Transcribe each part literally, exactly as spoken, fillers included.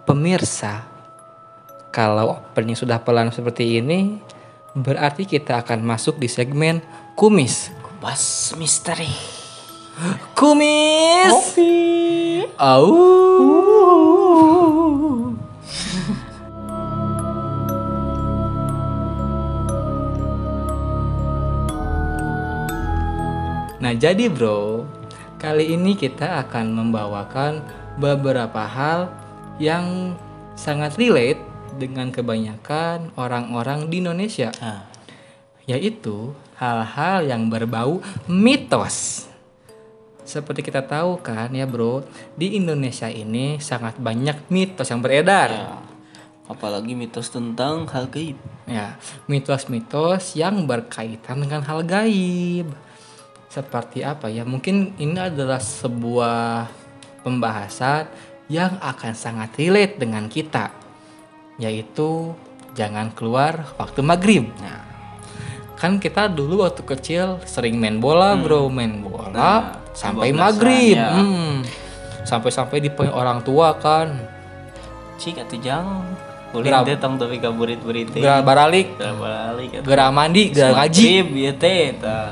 Pemirsa, kalau opening sudah pelan seperti ini, berarti kita akan masuk di segmen Kumis. Kupas misteri. Kumis. Kopi. Au. Nah, jadi bro, kali ini kita akan membawakan beberapa hal yang sangat relate dengan kebanyakan orang-orang di Indonesia, Ah. yaitu hal-hal yang berbau mitos. Seperti kita tahu kan ya bro, di Indonesia ini sangat banyak mitos yang beredar. Ya. Apalagi mitos tentang hal gaib. Ya, mitos-mitos yang berkaitan dengan hal gaib. Seperti apa ya? Mungkin ini adalah sebuah pembahasan yang akan sangat relate dengan kita, yaitu jangan keluar waktu maghrib. Nah, kan kita dulu waktu kecil sering main bola, hmm. bro, main bola nah, sampai maghrib, ya. hmm. sampai-sampai dipanggil orang tua kan. Cik atau jang, ulin teh tong tapi kaburit-burit teh. Gerak baralik, gerak baralik, gerak mandi, gerak ngaji. Maghrib ya teh,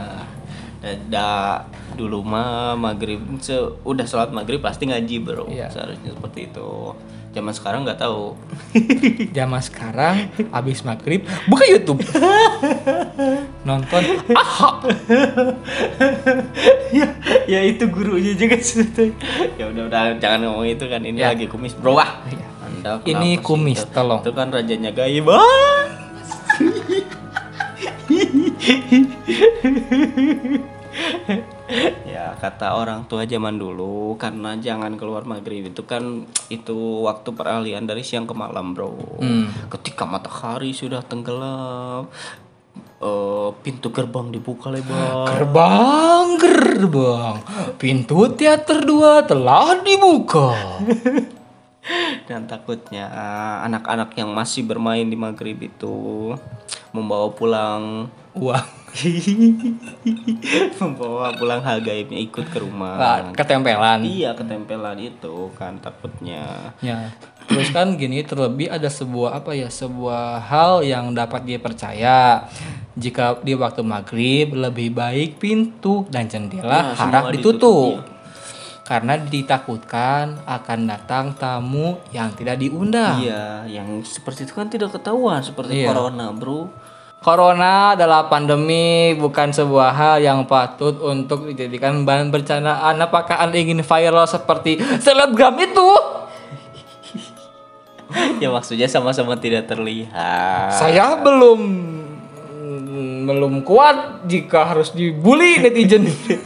da dulu mah maghrib se udah sholat maghrib pasti ngaji bro, iya. Seharusnya seperti itu. Zaman sekarang nggak tahu. Zaman sekarang habis maghrib buka YouTube, nonton aha. ya, ya itu gurunya juga sudah. Ya udah udah jangan ngomong itu kan, ini ya. Lagi kumis bro ah. Ya. Anda ini kumis itu? Tolong. Itu kan rajanya gaib. Ya kata orang tua zaman dulu, karena jangan keluar maghrib itu kan itu waktu peralihan dari siang ke malam bro. hmm. Ketika matahari sudah tenggelam, uh, pintu gerbang dibuka lebar. Gerbang gerbang pintu teater dua telah dibuka. Dan takutnya uh, anak-anak yang masih bermain di maghrib itu membawa pulang uang. Membawa pulang hal gaibnya ikut ke rumah. Nah, ketempelan. Iya, ketempelan itu kan takutnya. Ya. Terus kan gini, terlebih ada sebuah apa ya, sebuah hal yang dapat dipercaya. Jika di waktu maghrib lebih baik pintu dan jendela nah, harap ditutup. ditutup. Karena ditakutkan akan datang tamu yang tidak diundang. Iya, yang seperti itu kan tidak ketahuan, seperti iya. Corona, bro. Corona adalah pandemi, bukan sebuah hal yang patut untuk dijadikan bahan bercandaan. Apakah Anda ingin viral seperti selebgram itu? Ya maksudnya sama-sama tidak terlihat. Saya belum belum kuat jika harus dibully netizen.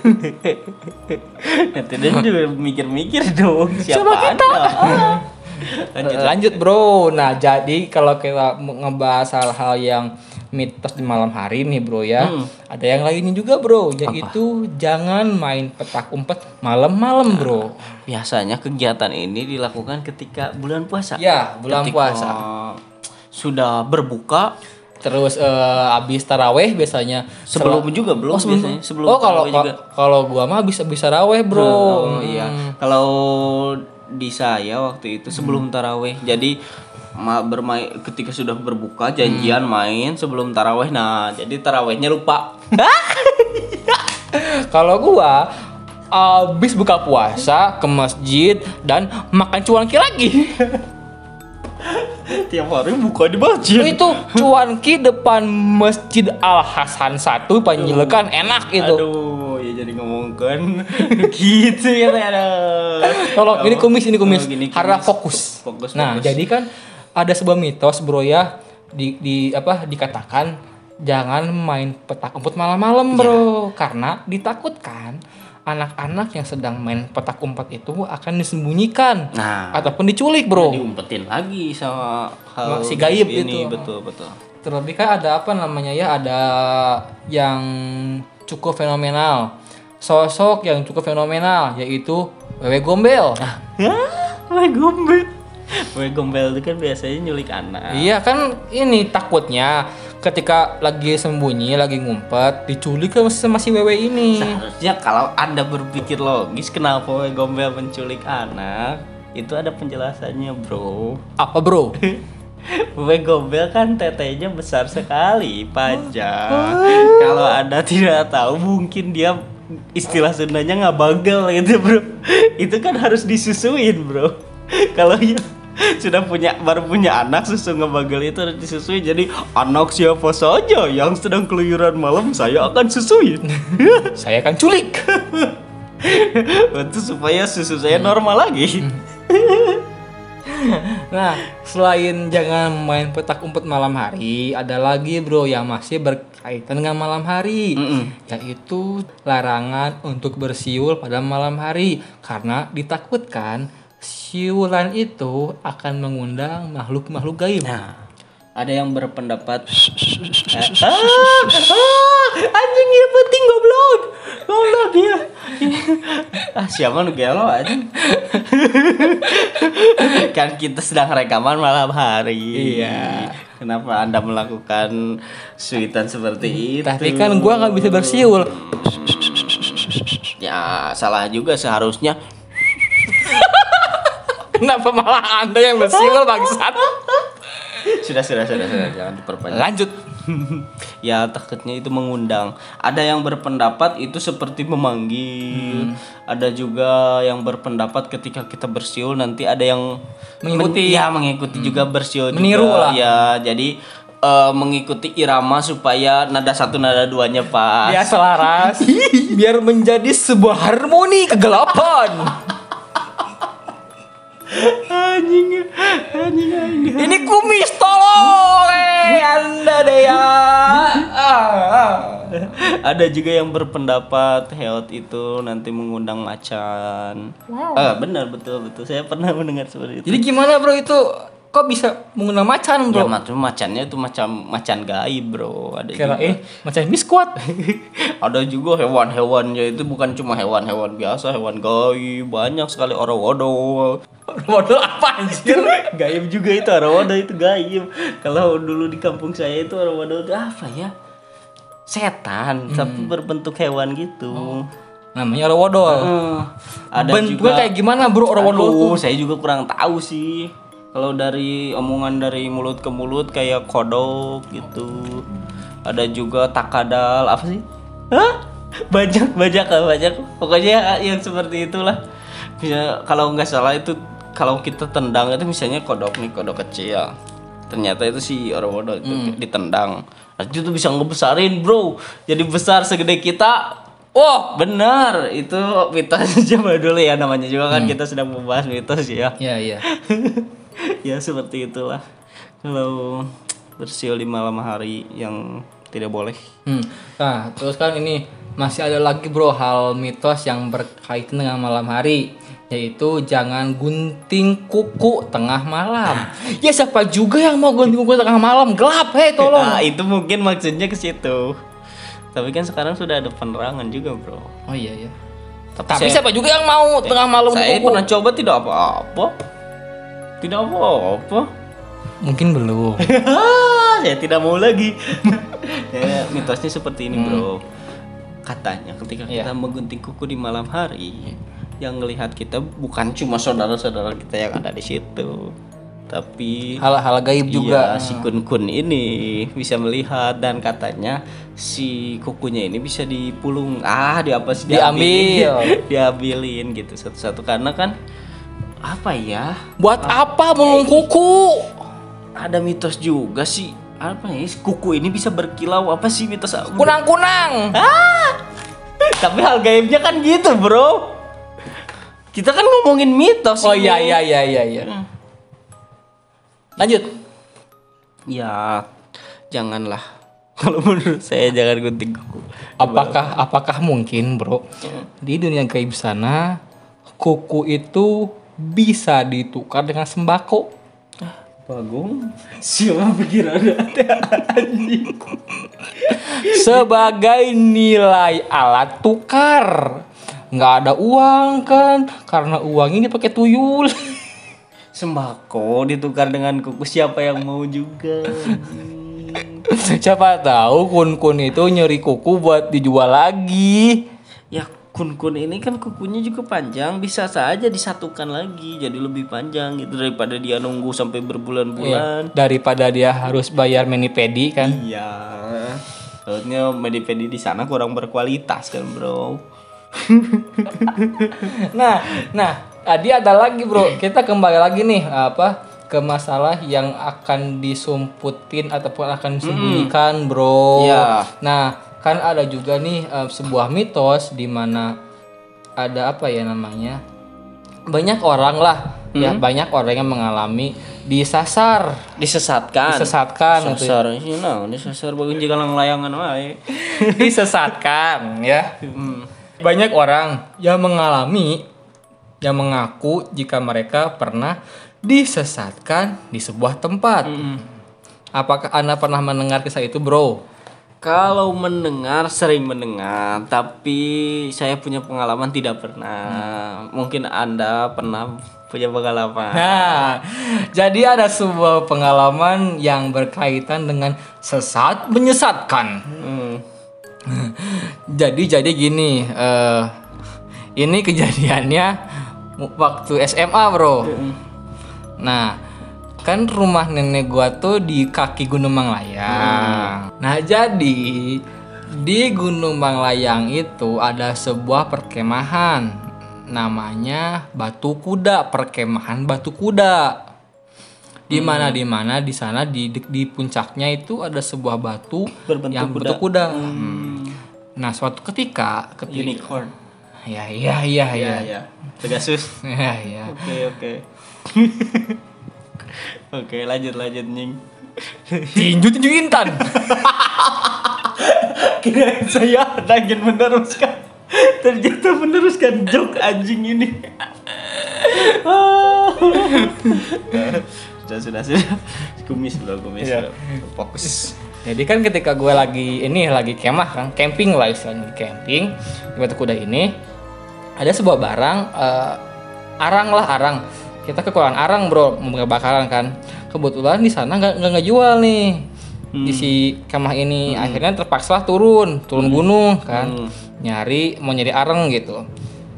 Netizen juga mikir-mikir dong siapa Coba kita. Lanjut, lanjut bro. Nah jadi kalau kita ngebahas hal-hal yang mitos di malam hari nih bro ya, hmm. ada yang lainnya juga bro, yaitu apa? Jangan main petak umpet malam-malam bro. Nah, biasanya kegiatan ini dilakukan ketika bulan puasa. Ya bulan ketika puasa sudah berbuka. Terus uh, abis taraweh biasanya sebelum Sel- juga belum oh, sebelum, biasanya sebelum oh kalau kalau gua mah abis abis taraweh bro. Oh, hmm. Iya kalau di saya waktu itu sebelum hmm. taraweh, jadi ma- bermain ketika sudah berbuka janjian hmm. main sebelum taraweh. Nah jadi tarawehnya lupa. Kalau gua abis buka puasa ke masjid dan makan cuanki lagi. Tiap hari buka di masjid. Itu cuanki depan Masjid Al Hasan satu Panjelekan enak itu. Aduh, ya jadi ngomongkan gitu ya ada. Tolong ini kumis ini kumis. Oh, gini, harap fokus. Fokus, nah, fokus. jadi kan ada sebuah mitos bro ya, di di apa dikatakan jangan main petak umpet malam-malam bro, ya. Karena ditakutkan anak-anak yang sedang main petak umpet itu akan disembunyikan nah, ataupun diculik bro. Diumpetin lagi sama hal si gaib ini, itu. Betul betul. Terlebih kan ada apa namanya ya, ada yang cukup fenomenal, sosok yang cukup fenomenal yaitu Wewe Gombel. Ah, Wewe Gombel. Wewe Gombel itu kan biasanya nyulik anak. Iya kan, ini takutnya ketika lagi sembunyi, lagi ngumpet, diculik sama si Wewe ini. Seharusnya kalau Anda berpikir logis, kenapa Wewe Gombel menculik anak? Itu ada penjelasannya, bro. Apa bro? Bebek gombel kan tetenya besar sekali, Paja. Kalau Anda tidak tahu, mungkin dia istilah Sundanya nggak bagel gitu, bro. Itu kan harus disusuin, bro. Kalau ya sudah punya baru punya anak, susu ngebagel itu harus disusui. Jadi anak siapa saja yang sedang keluyuran malam, saya akan susuin. Saya akan culik. Itu supaya susu saya normal lagi. Nah, selain jangan main petak umpet malam hari, ada lagi bro yang masih berkaitan dengan malam hari, Mm-mm. yaitu larangan untuk bersiul pada malam hari karena ditakutkan siulan itu akan mengundang makhluk-makhluk gaib. Nah, ada yang berpendapat ah, ah, anjing ya penting goblok. Goblok dia. Ah, siapa nu gelo anjing. Kan kita sedang rekaman malam hari. Iya. Kenapa Anda melakukan suitan seperti itu? Tapi kan gua nggak bisa bersiul. Ya, salah juga seharusnya. Kenapa malah Anda yang bersiul bangsat? Sudah, sudah, sudah, sudah, jangan diperpanjang. Lanjut. Ya takutnya itu mengundang. Ada yang berpendapat itu seperti memanggil. Hmm. Ada juga yang berpendapat ketika kita bersiul nanti ada yang mengikuti. Men- ya mengikuti hmm. juga bersiul. Meniru juga. lah. Ya jadi uh, mengikuti irama supaya nada satu nada duanya pas. Ya selaras. Biar menjadi sebuah harmoni kegelapan. Anjing, anjing, anjing. Ini kumis tolong, eh Anda deh ya. Ada juga yang berpendapat heot itu nanti mengundang macan. Wow. Ah, benar betul betul. Saya pernah mendengar seperti itu. Jadi gimana bro itu? Kok bisa mengundang macan bro? Ya macam macannya itu macam macan gaib bro. Ada Kira juga. eh macan biskuit. Ada juga hewan-hewannya itu bukan cuma hewan-hewan biasa, hewan gaib. Banyak sekali orowodo. Orowodo apa anjir? Gaib juga itu, orowodo itu gaib. Kalau dulu di kampung saya itu orowodo itu apa ya? Setan, hmm. tapi berbentuk hewan gitu. Oh. Namanya orowodo. Uh, ada bentuknya juga kayak gimana bro orowodo tuh? Saya juga kurang tahu sih. Kalau dari omongan dari mulut ke mulut kayak kodok gitu. Ada juga takadal, apa sih? Hah? Bajak, bajak, bajak. Pokoknya yang seperti itulah. Ya, kalau nggak salah itu kalau kita tendang itu misalnya kodok nih, kodok kecil. Ternyata itu si orowodo itu hmm. ditendang. Nah, itu tuh bisa ngebesarin, bro. Jadi besar segede kita. Oh, benar. Itu mitos zaman dulu ya namanya juga kan hmm. kita sedang membahas mitos ya. Iya, iya. Ya seperti itulah kalau bersiul di malam hari yang tidak boleh. Hmm. Nah terus kan ini masih ada lagi bro hal mitos yang berkaitan dengan malam hari, yaitu jangan gunting kuku tengah malam. Ya siapa juga yang mau gunting kuku tengah malam, gelap, hei tolong. Nah, itu mungkin maksudnya ke situ. Tapi kan sekarang sudah ada penerangan juga bro. Oh iya iya. Tapi, Tapi saya, siapa juga yang mau tengah malam saya kuku? pernah coba tidak apa-apa. Tidak apa-apa. Mungkin belum. Saya tidak mau lagi. Ya, mitosnya seperti ini, bro. Katanya ketika kita yeah. menggunting kuku di malam hari, yang ngelihat kita bukan cuma saudara-saudara kita yang ada di situ, tapi hal-hal gaib juga. Iya, si kun-kun ini bisa melihat dan katanya si kukunya ini bisa dipulung. Ah, di apa sih? Diambil. Diambilin gitu satu-satu karena kan apa ya? Buat apa mulung kuku? Ada mitos juga sih. Apa ya? Kuku ini bisa berkilau. Apa sih mitos? Kunang-kunang. Ah! Tapi hal gaibnya kan gitu, bro. Kita kan ngomongin mitos. Oh iya iya iya iya iya. Lanjut. Ya, janganlah. Kalau menurut saya jangan gunting kuku. Apakah apakah mungkin, bro? Di dunia gaib sana kuku itu bisa ditukar dengan sembako? Bagong, siapa pikiran ada anjing. Sebagai nilai alat tukar. Nggak ada uang kan? Karena uangnya dipakai tuyul. Sembako ditukar dengan kuku, siapa yang mau juga? Siapa tahu kun-kun itu nyeri kuku buat dijual lagi. Ya kun-kun ini kan kukunya juga panjang, bisa saja disatukan lagi jadi lebih panjang gitu daripada dia nunggu sampai berbulan-bulan. Iya, daripada dia harus bayar mani-pedi kan. Iya. Soalnya mani-pedi di sana kurang berkualitas kan, Bro. nah, nah, tadi ada lagi, Bro. Kita kembali lagi nih apa? Ke masalah yang akan disumputin ataupun akan disembunyikan, mm. Bro. Iya. Nah, kan ada juga nih uh, sebuah mitos di mana ada apa ya namanya? Banyak orang lah, mm. ya banyak orang yang mengalami disasar, disesatkan. Disesatkan disasar gitu. Ya. Nah, disasar bagian juga layangan wae. Disesatkan ya. Mm. Banyak orang yang mengalami yang mengaku jika mereka pernah disesatkan di sebuah tempat. Mm. Apakah Anda pernah mendengar kisah itu, Bro? Kalau mendengar, sering mendengar, tapi saya punya pengalaman tidak pernah. Hmm. Mungkin Anda pernah punya pengalaman. Nah, jadi ada sebuah pengalaman yang berkaitan dengan sesat menyesatkan. Hmm. jadi jadi gini, uh, ini kejadiannya waktu S M A, Bro. Hmm. Nah, kan rumah nenek gua tuh di kaki Gunung Manglayang. Hmm. Nah, jadi di Gunung Manglayang itu ada sebuah perkemahan namanya Batu Kuda, perkemahan Batu Kuda. Di mana hmm. di mana di sana di, di di puncaknya itu ada sebuah batu berbentuk yang kuda. Bentuk kuda. Hmm. Hmm. Nah, suatu ketika, ketika unicorn. Ya, iya, iya, iya. Ya, Pegasus. Ya, ya. Oke, oke. Oke, lanjut lanjut Nying. Tinju tinju intan. Kira saya ingin meneruskan, ternyata meneruskan joke anjing ini. sudah sudah sudah. Kumis bro, kumis ya. Bro. Fokus. Jadi kan ketika gue lagi ini lagi kemah kan, camping lah istilahnya, camping di Batu Kuda ini ada sebuah barang uh, arang lah arang. Kita kekurangan arang, Bro, mau bakaran kan. Kebetulan di sana nggak nggak ngejual nih hmm. di si kemah ini. Hmm. Akhirnya terpaksa turun turun hmm. gunung kan, hmm. nyari mau nyari arang gitu.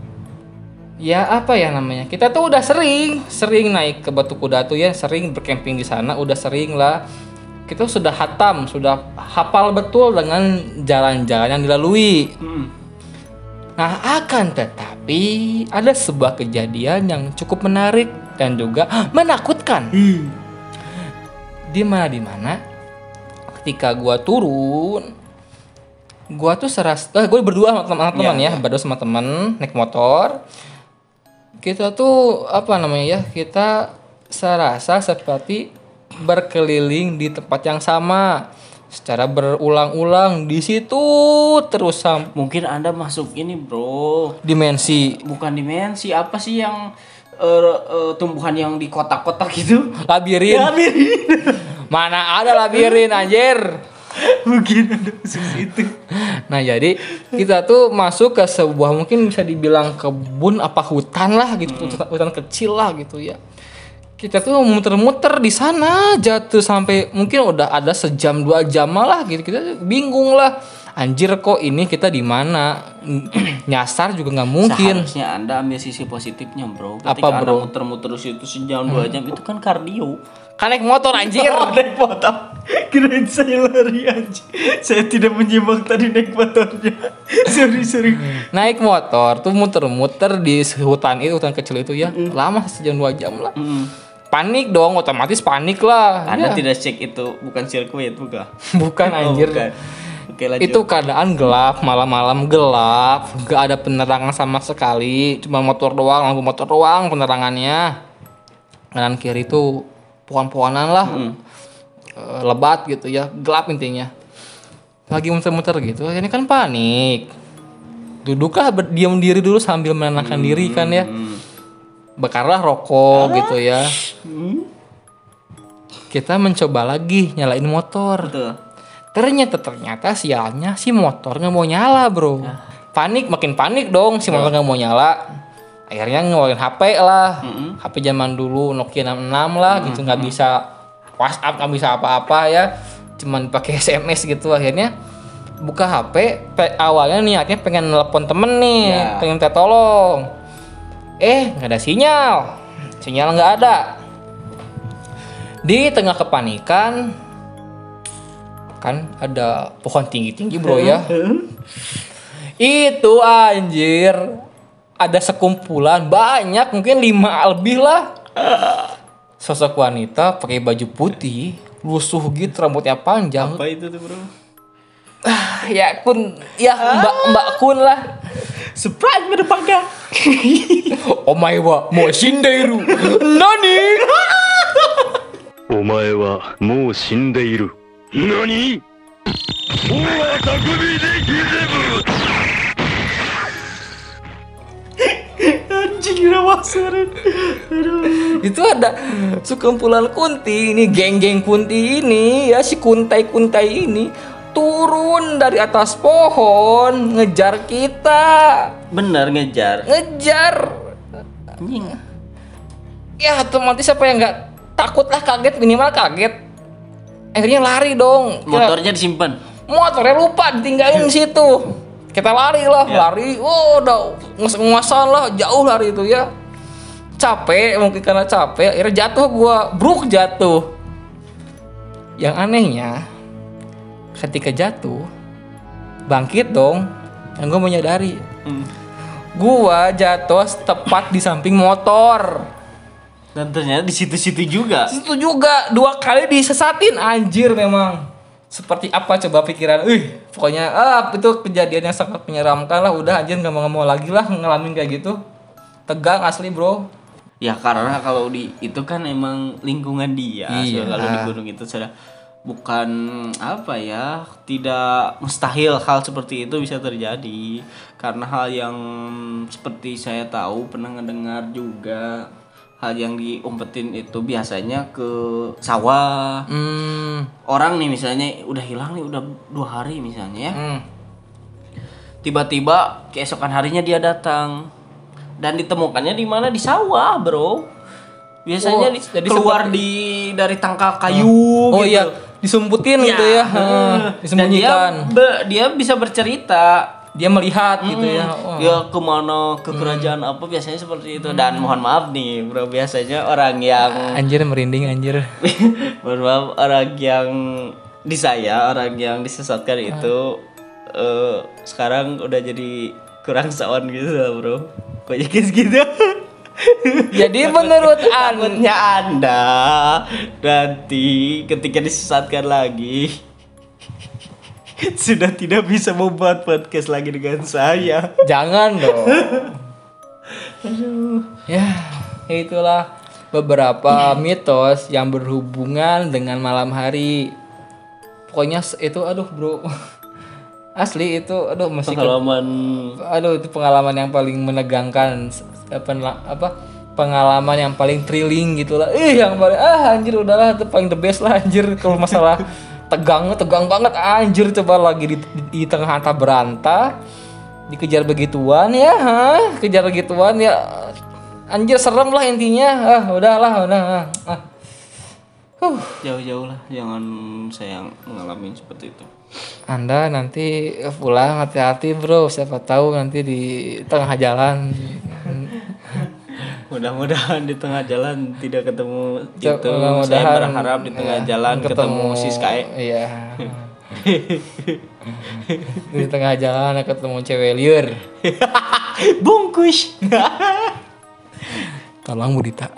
Ya apa ya namanya? Kita tuh udah sering sering naik ke Batu Kuda tuh ya, sering bercamping di sana, udah sering lah. Kita sudah hatam, sudah hafal betul dengan jalan-jalan yang dilalui. Hmm. Nah, akan tetapi ada sebuah kejadian yang cukup menarik dan juga menakutkan. Hmm. Di mana di mana ketika gua turun, gua tuh seras, eh gua berdua sama teman-teman ya, ya, berdua sama teman naik motor. Kita tuh apa namanya ya? Kita serasa seperti berkeliling di tempat yang sama. Secara berulang-ulang di situ terus sam. Mungkin Anda masuk ini, Bro. Dimensi. Bukan dimensi, apa sih yang uh, uh, tumbuhan yang di kotak-kotak itu? Labirin. Labirin. Mana ada labirin, anjir. Mungkin ada masuk situ. Nah, jadi kita tuh masuk ke sebuah mungkin bisa dibilang kebun apa hutan lah gitu, hmm. hutan kecil lah gitu ya. Kita tuh muter-muter di sana jatuh sampai mungkin udah ada sejam dua jam lah gitu. Kita bingung lah. Anjir kok ini kita di mana? Nyasar juga nggak mungkin. Seharusnya Anda ambil sisi positifnya, Bro. Ketika apa, Bro? Anda muter-muter situ sejam dua jam itu kan kardio. Kan naik motor anjir. Oh, naik motor. Kirain saya lari anjir. Saya tidak menyimak tadi naik motornya. Sorry, sorry. Naik motor tuh muter-muter di hutan itu, hutan kecil itu ya. Mm. Lama sejam dua jam lah. Mm. Panik dong, otomatis panik lah. Anda ya. Tidak cek itu bukan sirkuit, bukan? Bukan anjir. Oh, bukan. Oke, lanjut. Itu keadaan gelap, malam-malam gelap, gak ada penerangan sama sekali, cuma motor doang, lampu motor doang penerangannya. Kanan kiri itu pohon-pohonan lah, hmm. e, lebat gitu ya, gelap intinya. Lagi muter-muter gitu, ini kan panik. Duduklah berdiam diri dulu sambil menenangkan hmm. diri kan ya. Bakarlah rokok ah. gitu ya. Hmm. Kita mencoba lagi nyalain motor. Betul. Ternyata ternyata sialnya si motor nggak mau nyala, Bro. Ya. Panik makin panik dong, si motor nggak mau nyala. Akhirnya ngeluarin H P lah. Mm-hmm. H P zaman dulu Nokia enam puluh enam lah, mm-hmm. gitu, nggak bisa WhatsApp, nggak bisa apa-apa ya. Cuman pakai S M S gitu. Akhirnya buka H P, pe- awalnya niatnya pengen nelpon temen nih, Ya. pengen minta tolong. Eh, nggak ada sinyal, sinyal nggak ada. Di tengah kepanikan, kan ada pohon tinggi-tinggi bro ya. Itu anjir, ada sekumpulan banyak, mungkin lima lebih lah. Sosok wanita pakai baju putih, lusuh gitu, rambutnya panjang. Apa itu tuh bro? Ya kun, ya mbak mbak kun lah. Surprise motherfucker. Omae wa mo shindeiru. Nani? お前はもう死んでいる。何？大は匠でギゼブ。 Anjing rawasaran. Aduh. Itu ada sekumpulan kunti ini, geng-geng kunti ini ya, si kuntai-kuntai ini turun dari atas pohon ngejar kita. Bener ngejar. Ngejar. Anjing. Ya otomatis siapa yang nggak takut lah, kaget, minimal kaget. Akhirnya lari dong. Kita- Motornya disimpan. motornya lupa ditinggalin di situ. Kita lari lah, Ya. lari. Oh, udah ngas-ngasan lah, jauh lari itu ya. Capek, mungkin karena capek, akhirnya jatuh gua, bruk jatuh. Yang anehnya, ketika jatuh, bangkit dong. Yang gua menyadari, Hmm. gua jatuh tepat di samping motor. Dan ternyata di situ-situ juga. Itu juga dua kali disesatin, anjir memang. Seperti apa coba pikiran, ih pokoknya ah itu kejadian yang sangat menyeramkan lah. Udah anjir nggak mau nggak mau lagi lah ngalamin kayak gitu. Tegang asli bro. Ya karena kalau di itu kan emang lingkungan dia. Iya. So, kalau di gunung itu sudah bukan apa ya, tidak mustahil hal seperti itu bisa terjadi. Karena hal yang seperti saya tahu pernah ngedengar juga, hal yang diumpetin itu biasanya ke sawah. Hmm, Orang nih misalnya udah hilang nih udah dua hari misalnya ya. hmm. Tiba-tiba keesokan harinya dia datang dan ditemukannya di mana, di sawah bro. Biasanya Oh, di- jadi keluar seperti- di dari tangkal kayu Oh gitu. iya, disumputin gitu ya, Heeh, Dan disembunyikan. dia, be- dia bisa bercerita. Dia melihat gitu ya. Hmm, Oh. Ya kemana ke kerajaan apa biasanya seperti itu. Dan mohon maaf nih bro, biasanya orang yang Anjir merinding anjir. mohon maaf, orang yang di saya orang yang disesatkan itu eh, sekarang udah jadi kurang sawan gitu lah bro. Kok jadi gitu? Jadi menurut Anda, Takutnya anda nanti ketika disesatkan lagi sudah tidak bisa membuat podcast lagi dengan saya. jangan dong. Ya, itulah beberapa mitos yang berhubungan dengan malam hari. Pokoknya s- itu aduh bro. Asli itu aduh masih ke- Pengalaman aduh itu pengalaman yang paling menegangkan. S- apa na- apa pengalaman yang paling thrilling gitu lah. Ih yang paling ah anjir udahlah itu paling the best lah anjir kalau masalah tegang tegang banget anjir, coba lagi di, di, di tengah hantar berantah dikejar begituan ya, ha? Kejar begituan ya anjir serem lah intinya. Ah udahlah udah ah. ah. Huh. jauh-jauh lah, jangan saya mengalami seperti itu. Anda nanti pulang hati-hati bro, siapa tahu nanti di tengah jalan. Mudah-mudahan di tengah jalan tidak ketemu Co- itu. mudah-mudahan, Saya berharap di tengah ya, jalan ketemu, si Sky. Iya. Di tengah jalan ketemu cewek liur. Bungkus. Tolong Budita.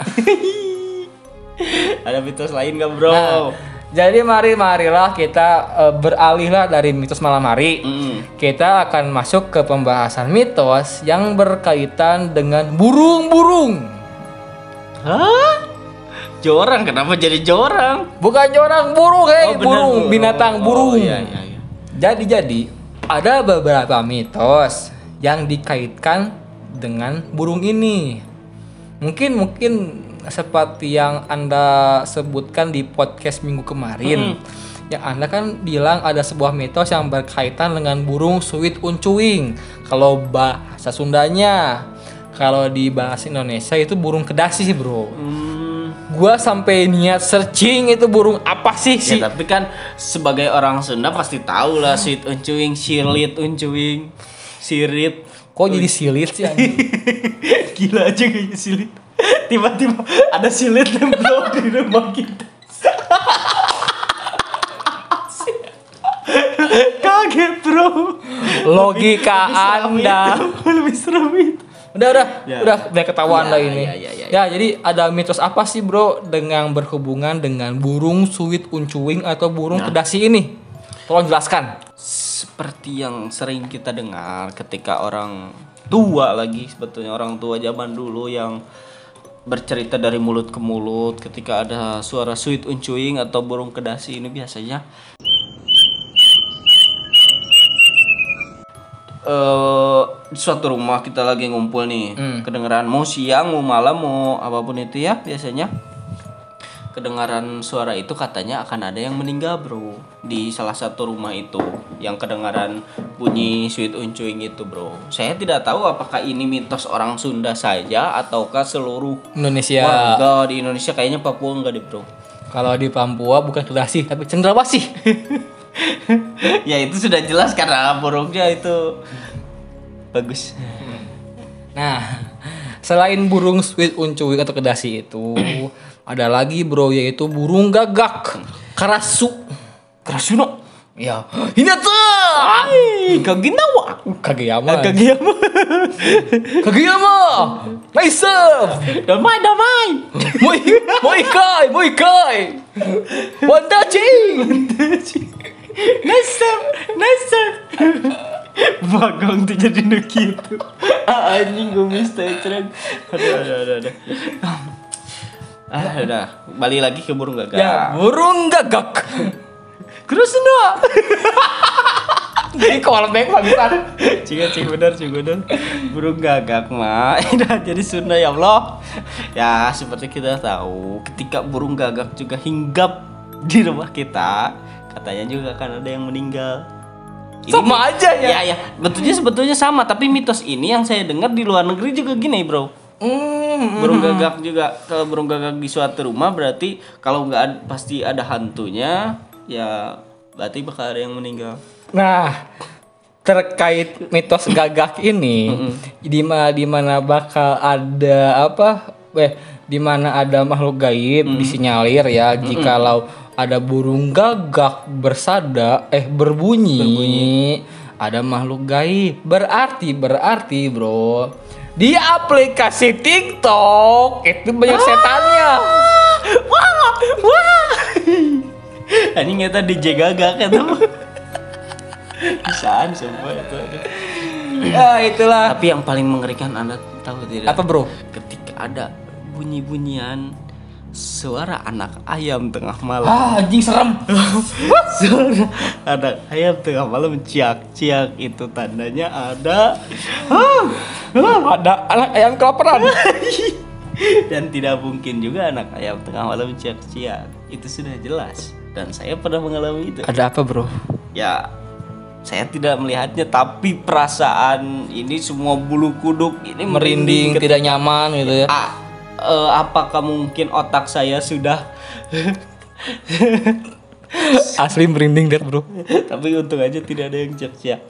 Ada mitos lain gak bro? Nah, jadi mari marilah kita uh, beralihlah dari mitos malam hari. Mm. Kita akan masuk ke pembahasan mitos yang berkaitan dengan burung-burung. Hah? Jorang, kenapa jadi jorang? Bukan jorang, burung, hei, Oh, benar, burung, Bu. binatang Oh, burung. iya, iya, iya. Jadi jadi ada beberapa mitos yang dikaitkan dengan burung ini. Mungkin mungkin seperti yang Anda sebutkan di podcast minggu kemarin. Yang Anda kan bilang ada sebuah mitos yang berkaitan dengan burung suwit uncuing. Kalau bahasa Sundanya, kalau di bahasa Indonesia itu burung kedasi, bro. Hmm, gua sampai niat searching itu burung apa sih sih. Ya tapi kan sebagai orang Sunda pasti tahu lah suit uncuing, silit uncuing, sirit. Kok jadi silit sih anjing? Gila aja kayak silit. Tiba-tiba ada silit nempel di rumah kita. Kaget bro. Logika Anda lebih serem itu. Udah udah Ya. udah udah ketahuan Ya, lah ini. ya, ya, ya, Ya, jadi ada mitos apa sih bro dengan berhubungan dengan burung suwit uncuing atau burung Nah. kedasi ini? Tolong jelaskan. Seperti yang sering kita dengar ketika orang tua lagi, sebetulnya orang tua zaman dulu yang bercerita dari mulut ke mulut ketika ada suara suit uncuing atau burung kedasi ini biasanya eh di suatu rumah kita lagi ngumpul nih, Hmm. kedengeran mau siang mau malam mau apapun itu ya, biasanya kedengaran suara itu katanya akan ada yang meninggal bro di salah satu rumah itu, yang kedengaran bunyi sweet uncuing itu bro. Saya tidak tahu apakah ini mitos orang Sunda saja ataukah seluruh Indonesia. warga di Indonesia. Kayaknya Papua enggak deh bro. Kalau di Papua bukan kedasi tapi cendrawasih. Ya itu sudah jelas karena burungnya itu bagus. Nah, selain burung sweet uncuing atau kedasi itu, ada lagi bro yaitu burung gagak, karasu. Karasuno. Ya, hinata. Ai, kaginawa. Kageyama. Kagiyama. Kageyama. Nice. Damai damai. Moi moi kai, moi kai. Wandachi. Nice, nice. Bagong tuh jadi gitu. Ah, anjing gue mister cereng. Aduh, aduh, aduh, aduh. Ah, udah. Balik lagi ke burung gagak. Ya, burung gagak. Karasuno. Jadi callback bagusan. Cik, cik benar, cik benar. Burung gagak mah udah jadi Sunda ya Allah. Ya, seperti kita tahu, ketika burung gagak juga hinggap di rumah kita, katanya juga akan ada yang meninggal. Sama aja ya? Ya, ya. Betulnya sebetulnya sama, tapi mitos ini yang saya dengar di luar negeri juga gini, bro. Hmm, Burung gagak juga, kalau burung gagak di suatu rumah berarti kalau nggak ad- pasti ada hantunya, ya berarti bakal ada yang meninggal. Nah, terkait mitos gagak ini, di mana di mana bakal ada apa? Eh, di mana ada makhluk gaib disinyalir ya, jikalau ada burung gagak bersada eh berbunyi, Berbunyi. ada makhluk gaib. Berarti berarti, Bro, di aplikasi TikTok itu banyak setannya. Wah, wah. Ini nyata D J gagak itu. Bisaan semua itu. Ya, itulah. Tapi yang paling mengerikan Anda tahu tidak? Apa, Bro? Ketika ada bunyi-bunyian suara anak ayam tengah malam. Ah, anjing serem. Suara anak ayam tengah malam ciak-ciak, itu tandanya ada Ada anak ayam kelaparan. dan tidak mungkin juga anak ayam tengah malam ciak-ciak. Itu sudah jelas dan saya pernah mengalami itu. Ada apa, Bro? Ya, saya tidak melihatnya, tapi perasaan ini semua bulu kuduk ini Merinding, ketika- tidak nyaman gitu ya. Ah, eh, apakah mungkin otak saya sudah Asli merinding deh, Bro. tapi untung aja tidak ada yang ciak-ciak.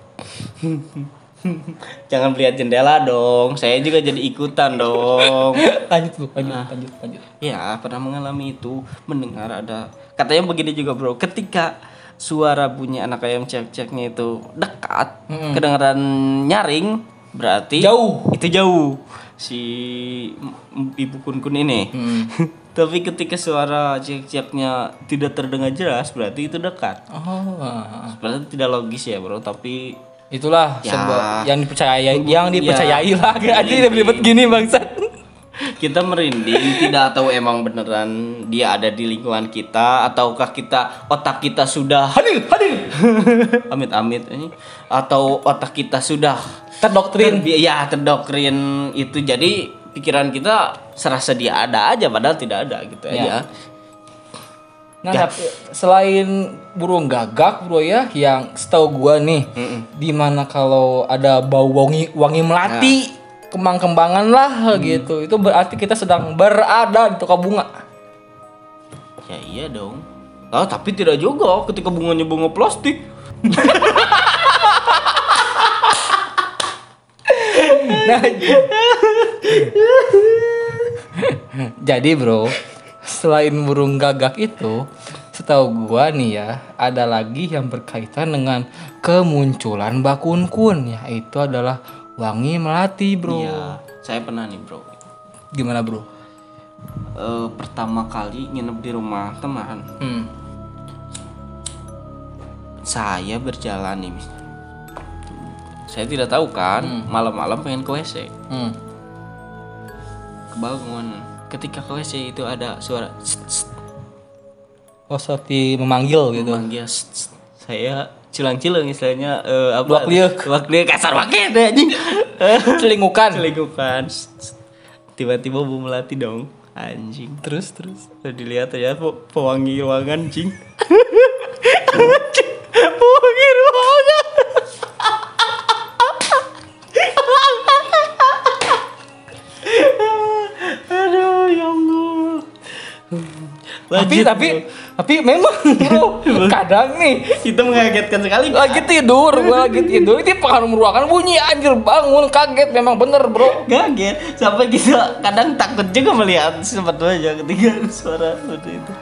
Jangan lihat jendela dong, saya juga jadi ikutan dong. Lanjut, Bro. Lanjut, lanjut, lanjut. Ya, pernah mengalami itu, mendengar ada. Katanya begini juga, Bro. Ketika suara bunyi anak ayam ciak-ciaknya itu dekat, Mm-mm. kedengaran nyaring, berarti Jauh. Itu jauh si m- Ibu Kun-kun ini. Hmm. Tapi ketika suara ciak-ciaknya tidak terdengar jelas, berarti itu dekat. Oh, Sebenarnya tidak logis ya, Bro, tapi itulah Ya. sebuah yang dipercayai, yang Ya. dipercayai lah. Aja ribet gini, bangsat. kita merinding, tidak tahu emang beneran dia ada di lingkungan kita ataukah kita otak kita sudah Hadir, hadir. amit-amit ini atau otak kita sudah Terdoktrin. terbi- ya terdoktrin itu, jadi pikiran kita serasa dia ada aja padahal tidak ada gitu Ya. aja. Nah, Ya. tapi selain burung gagak, Bro ya, yang setahu gua nih, di mana kalau ada bau wangi wangi melati, kembang-kembangan lah gitu. Itu berarti kita sedang berada di toko bunga. Ya iya dong. Ah, tapi tidak juga ketika bunganya bunga plastik. Nah, jadi bro, selain burung gagak itu, setahu gua nih ya, ada lagi yang berkaitan dengan kemunculan bakunkun, yaitu adalah wangi melati bro. Iya, saya pernah nih bro. Gimana bro? Uh, pertama kali nginep di rumah teman, Hmm. saya berjalan nih, saya tidak tahu kan, Hmm. malam-malam pengen ke W C, Hmm. kebangun. Ketika ke W C itu ada suara tss, tss, Oh, seperti memanggil gitu. memanggil, tss, tss. Saya cilang-cilang istilahnya, uh, apa? Luak liuk. Luak liuk, kasar banget deh anjing. Celingukan. Celingkukan. Tss, tss. Tiba-tiba bau melati dong, anjing. Terus terus. Udah dilihat ya pe- pewangi ruangan, cing. Pewangi ruangan. Aduh, ya Allah. Tapi Lanjut, tapi bro. tapi memang bro, kadang nih Itu mengagetkan sekali. lagi tidur, gua lagi tidur, ini pengaruh ruangan bunyi anjir, bangun kaget, memang bener bro. Kaget sampai kita kadang takut juga melihat sempat aja ketika suara seperti itu.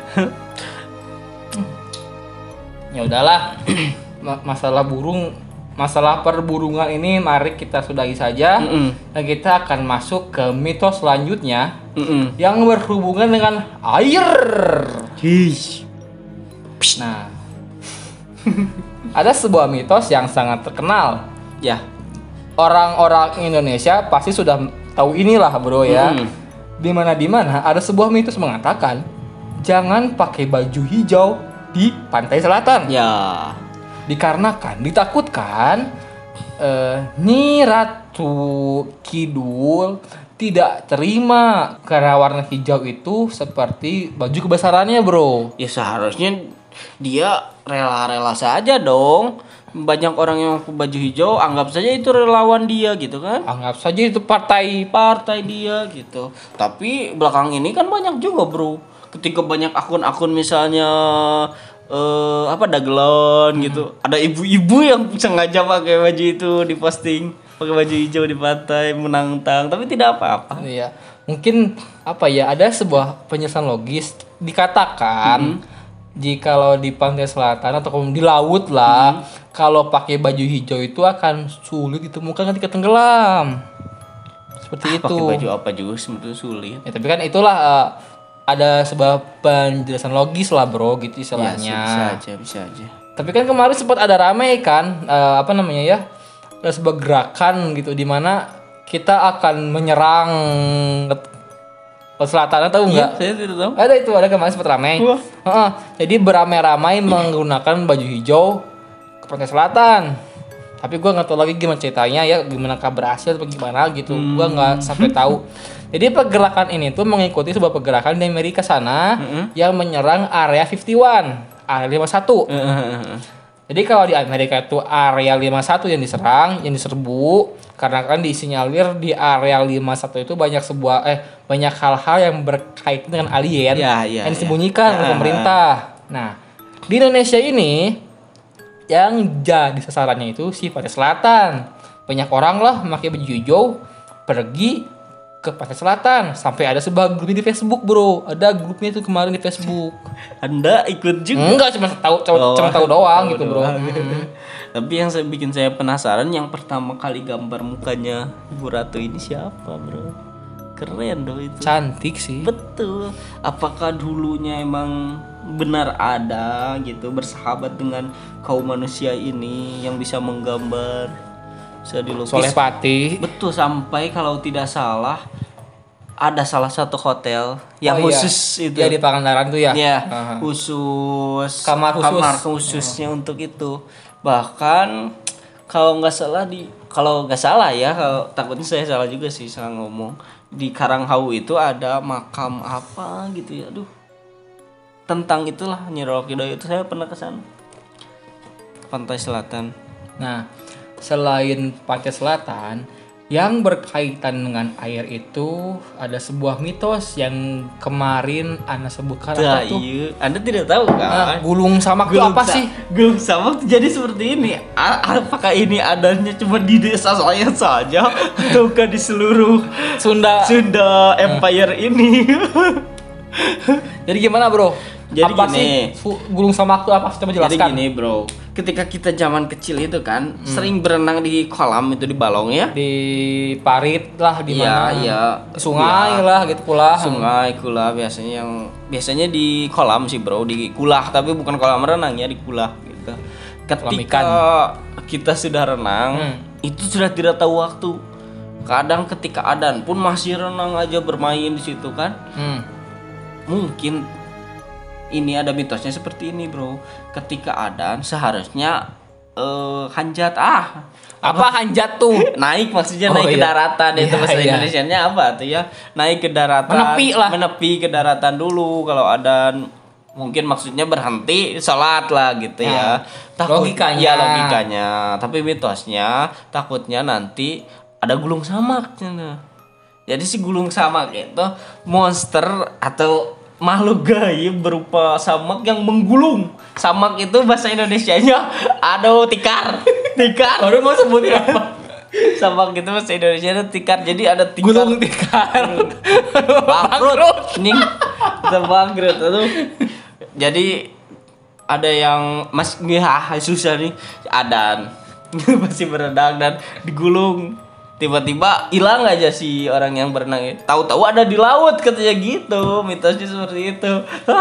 Ya udahlah. Ma- masalah burung, masalah perburungan ini mari kita sudahi saja. Mm-mm. Dan kita akan masuk ke mitos selanjutnya Mm-mm. yang berhubungan dengan air. Hish. Nah, ada sebuah mitos yang sangat terkenal. Ya. Orang-orang Indonesia pasti sudah tahu inilah bro ya. Mm. Dimana dimana ada sebuah mitos mengatakan jangan pakai baju hijau di pantai selatan. Ya. Dikarenakan ditakutkan eh, Nyi Ratu Kidul tidak terima karena warna hijau itu seperti baju kebesarannya bro. Ya seharusnya dia rela-rela saja dong. Banyak orang yang pakai baju hijau, anggap saja itu relawan dia gitu kan. Anggap saja itu partai. Partai dia gitu. Tapi belakang ini kan banyak juga bro. Ketika banyak akun-akun misalnya eh apa dagelon gitu. Ada ibu-ibu yang sengaja pakai baju itu diposting, pakai baju hijau di pantai menantang, tapi tidak apa-apa. Iya. Mungkin apa ya, ada sebuah penjelasan logis dikatakan jikalau di pantai selatan atau di laut lah, kalau pakai baju hijau itu akan sulit ditemukan ketika tenggelam. Seperti Ah, itu. pakai baju apa juga sebetulnya sulit. Ya, tapi kan itulah eh, ada sebuah penjelasan logis lah bro gitu Ya, istilahnya. sih, bisa aja, bisa aja. Tapi kan kemarin sempat ada ramai kan eh, apa namanya ya, ada sebuah gerakan gitu di mana kita akan menyerang ke selatan, tahu nggak? Saya tidak tahu. Ada itu, ada kemarin sempat ramai. Wah. Heeh. Jadi beramai-ramai menggunakan baju hijau ke pantai selatan. Tapi gue nggak tahu lagi gimana ceritanya ya, gimana berhasil atau gimana gitu. Hmm. Gue nggak sampai tahu. Jadi pergerakan ini tuh mengikuti sebuah pergerakan di Amerika sana yang menyerang area lima puluh satu, area lima puluh satu. Jadi kalau di Amerika itu area lima puluh satu yang diserang, yang diserbu, karena kan disinyalir di area lima puluh satu itu banyak sebuah eh banyak hal-hal yang berkaitan dengan alien Ya, ya, yang ya. disembunyikan oleh Ya. pemerintah. Nah, di Indonesia ini yang jadi sasarannya itu si pantai selatan. Banyak orang lah memakai baju hijau pergi ke pantai selatan, sampai ada sebuah grup di Facebook bro. Ada grupnya itu kemarin di Facebook. Anda ikut juga? Enggak, cuma tahu cuma, Oh, cuma tahu doang tahu gitu bro. doang. Mm. Tapi yang saya bikin saya penasaran, yang pertama kali gambar mukanya Ibu Ratu ini siapa bro? Keren dong itu. Cantik sih. Betul. Apakah dulunya emang benar ada gitu bersahabat dengan kaum manusia ini yang bisa menggambar, bisa dilukis? Soleh Pati. Betul, sampai kalau tidak salah ada salah satu hotel yang Oh, iya. khusus itu. Ya di Pangandaran tuh ya. Ya, Aha. khusus Kamar khusus. khususnya untuk itu. Bahkan kalau nggak salah di kalau nggak salah ya, kalau takutnya saya salah juga sih salah ngomong. Di Karanghau itu ada makam apa gitu ya. Aduh. Tentang itulah Nyi Roro Kidul itu saya pernah ke sana. Pantai Selatan. Nah, selain pantai selatan, yang berkaitan dengan air itu ada sebuah mitos yang kemarin Anda sebutkan Nah, apa tuh? iya. Anda tidak tahu kan? Ah, gulung samak itu apa sa- sih? Gulung samak jadi seperti ini. A- apakah ini adanya cuma di desa saya saja ataukah di seluruh Sunda. Sunda Empire ini? Jadi gimana bro? Jadi apa gini. sih su- gulung samak itu apa sih? Coba Jadi jelaskan. gini bro, ketika kita zaman kecil itu kan sering berenang di kolam itu di balong ya. Di parit lah di Iya, mana? iya. Sungai Iya. lah gitu pula. Sungai, kulah biasanya yang biasanya di kolam sih bro, di kulah tapi bukan kolam renang ya, di kulah gitu. Ketika kita sudah renang, Hmm. itu sudah tidak tahu waktu. Kadang ketika adan pun masih renang aja bermain di situ kan. Hmm. Mungkin ini ada mitosnya seperti ini bro. Ketika adan seharusnya eh, hanjat ah Apa hanjat tuh? naik maksudnya Oh, naik ke iya. daratan itu Iya, bahasa iya. Indonesianya apa tuh ya, naik ke daratan, Menepi lah. menepi ke daratan dulu kalau ada, mungkin maksudnya berhenti sholat lah gitu ya. Takut- logikanya. ya logikanya, tapi mitosnya takutnya nanti ada gulung samak nah. Jadi si gulung samak itu monster atau makhluk gaib berupa samak yang menggulung. Samak itu bahasa Indonesianya aduh tikar. Tikar. Baru mau sebutin apa? Samak itu bahasa Indonesia itu tikar. Jadi ada tikar. Gulung tikar. Bangkrut. Ning. Kita bangkrut tuh. Jadi ada yang mas nggak susah nih adan. Masih berenang dan digulung. Tiba-tiba hilang aja si orang yang berenang itu. Tahu-tahu ada di laut katanya gitu. Mitosnya seperti itu.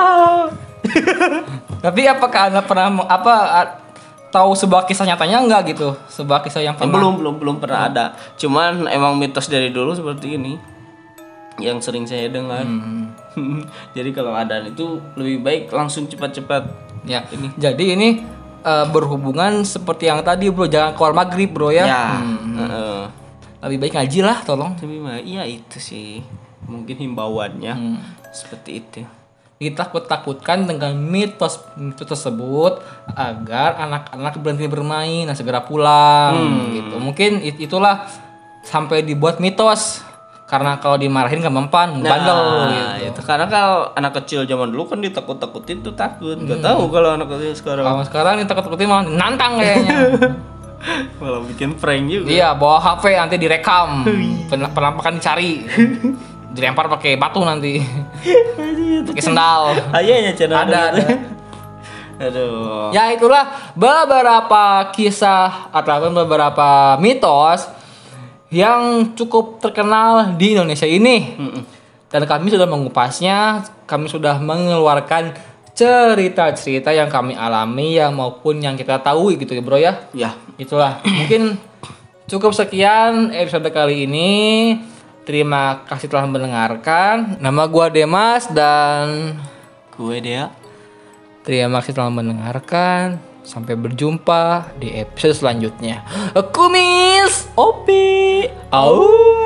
Tapi apakah Anda pernah meng- apa a- tahu sebuah kisah nyatanya enggak gitu? Sebuah kisah yang pernah. belum belum belum pernah ada. Cuman emang mitos dari dulu seperti ini yang sering saya dengar. Hmm. Jadi kalau adan itu lebih baik langsung cepat-cepat. Ya. Jadi ini eh, berhubungan seperti yang tadi bro, jangan keluar maghrib bro ya. Ya. Hmm. heeh. Lebih baik ngaji lah tolong. Tapi mah iya itu sih mungkin himbauannya Hmm. seperti itu. Ditakut-takutkan dengan mitos mitos tersebut agar anak-anak berhenti bermain dan segera pulang Hmm. gitu. Mungkin it- itulah sampai dibuat mitos karena kalau dimarahin gak mempan, bandel gitu. itu karena kalau anak kecil zaman dulu kan ditakut-takutin tuh takut. Nggak tahu kalau anak kecil sekarang Kalau sekarang ditakut-takutin malah nantang kayaknya. malah bikin prank juga. Iya, bawa H P nanti direkam. Pen- Penampakan dicari. Dilempar pakai batu nanti. Pakai sendal. Ayahnya channel Ada, gitu. ada. Aduh. Ya itulah beberapa kisah atau beberapa mitos yang cukup terkenal di Indonesia ini. Mm-mm. Dan kami sudah mengupasnya, kami sudah mengeluarkan cerita-cerita yang kami alami ya maupun yang kita tahu gitu ya bro ya. Ya. Itulah mungkin cukup sekian episode kali ini. Terima kasih telah mendengarkan. Nama gua Demas dan Gue dia. terima kasih telah mendengarkan. Sampai berjumpa di episode selanjutnya. Kumis Opi. Au.